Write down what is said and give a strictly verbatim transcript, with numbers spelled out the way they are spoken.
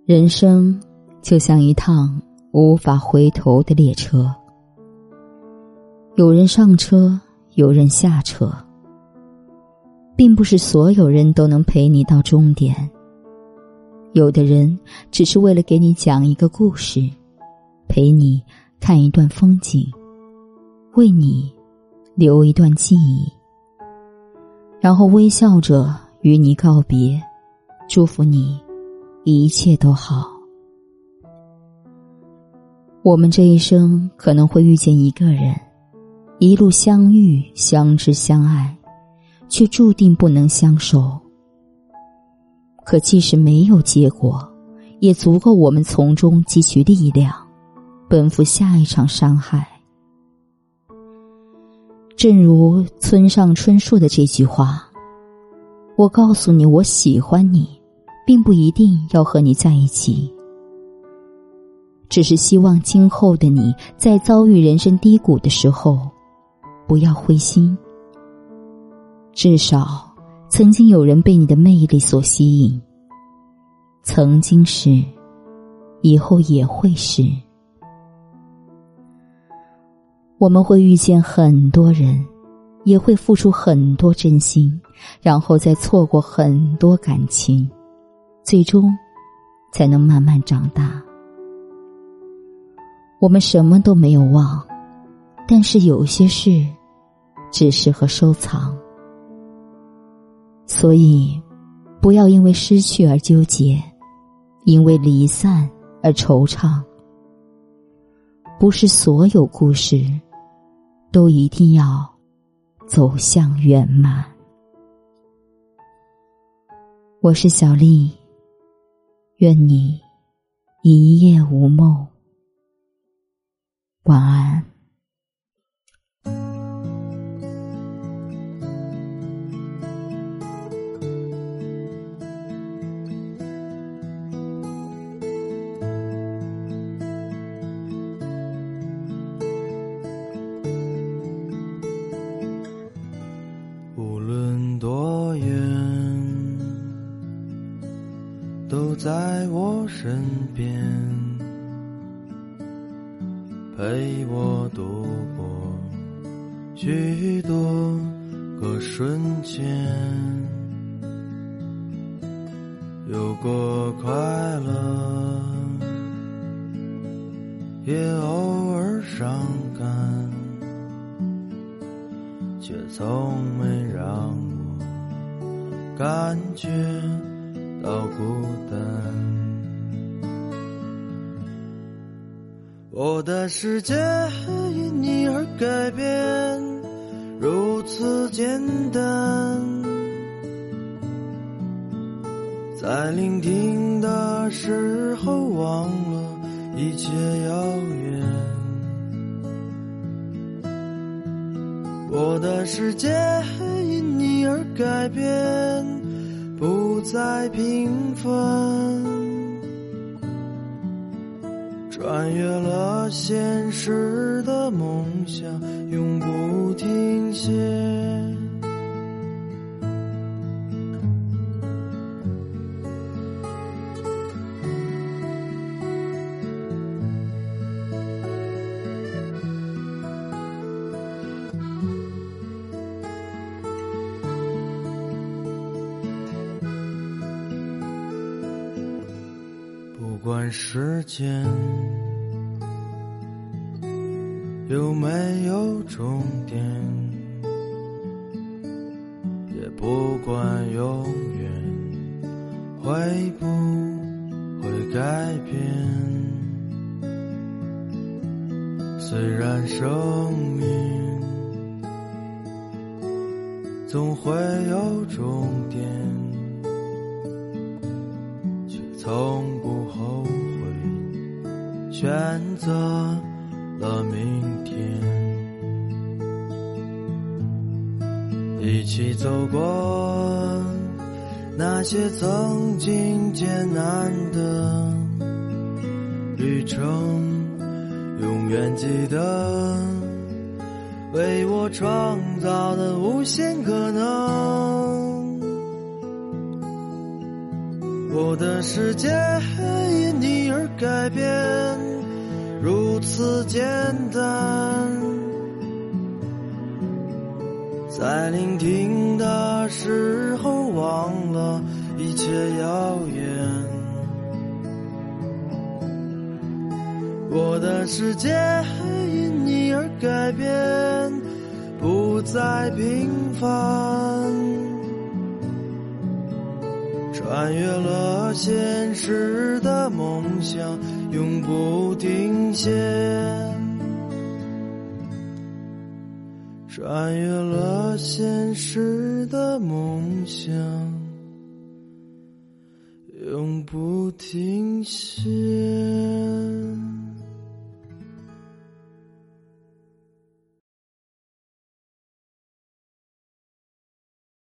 人生就像一趟无法回头的列车，有人上车，有人下车，并不是所有人都能陪你到终点。有的人只是为了给你讲一个故事，陪你看一段风景，为你留一段记忆，然后微笑着与你告别，祝福你一切都好。我们这一生可能会遇见一个人，一路相遇，相知相爱，却注定不能相守。可即使没有结果，也足够我们从中汲取力量，奔赴下一场伤害。正如村上春树的这句话，我告诉你我喜欢你，并不一定要和你在一起，只是希望今后的你在遭遇人生低谷的时候不要灰心，至少曾经有人被你的魅力所吸引，曾经是，以后也会是。我们会遇见很多人，也会付出很多真心，然后再错过很多感情，最终才能慢慢长大。我们什么都没有忘，但是有些事只适合收藏。所以不要因为失去而纠结，因为离散而惆怅。不是所有故事都一定要走向圆满。我是小丽，愿你一夜无梦，晚安。 无论多远，都在我身边，陪我度过许多个瞬间，有过快乐，也偶尔伤感，却从没让我感觉到孤单。我的世界因你而改变，如此简单。在聆听的时候忘了一切遥远。我的世界因你而改变，不再平凡，穿越了现实的梦想，永不停歇。不管时间有没有终点，也不管永远会不会改变。虽然生命总会有终点，却从不后悔选择了明天。一起走过那些曾经艰难的旅程，永远记得为我创造的无限可能。 我的世界因你而改变，如此简单。在聆听的时候忘了一切遥远，我的世界因你而改变，不再平凡。穿越了现实的梦想，永不停歇。穿越了现实的梦想，永不停歇。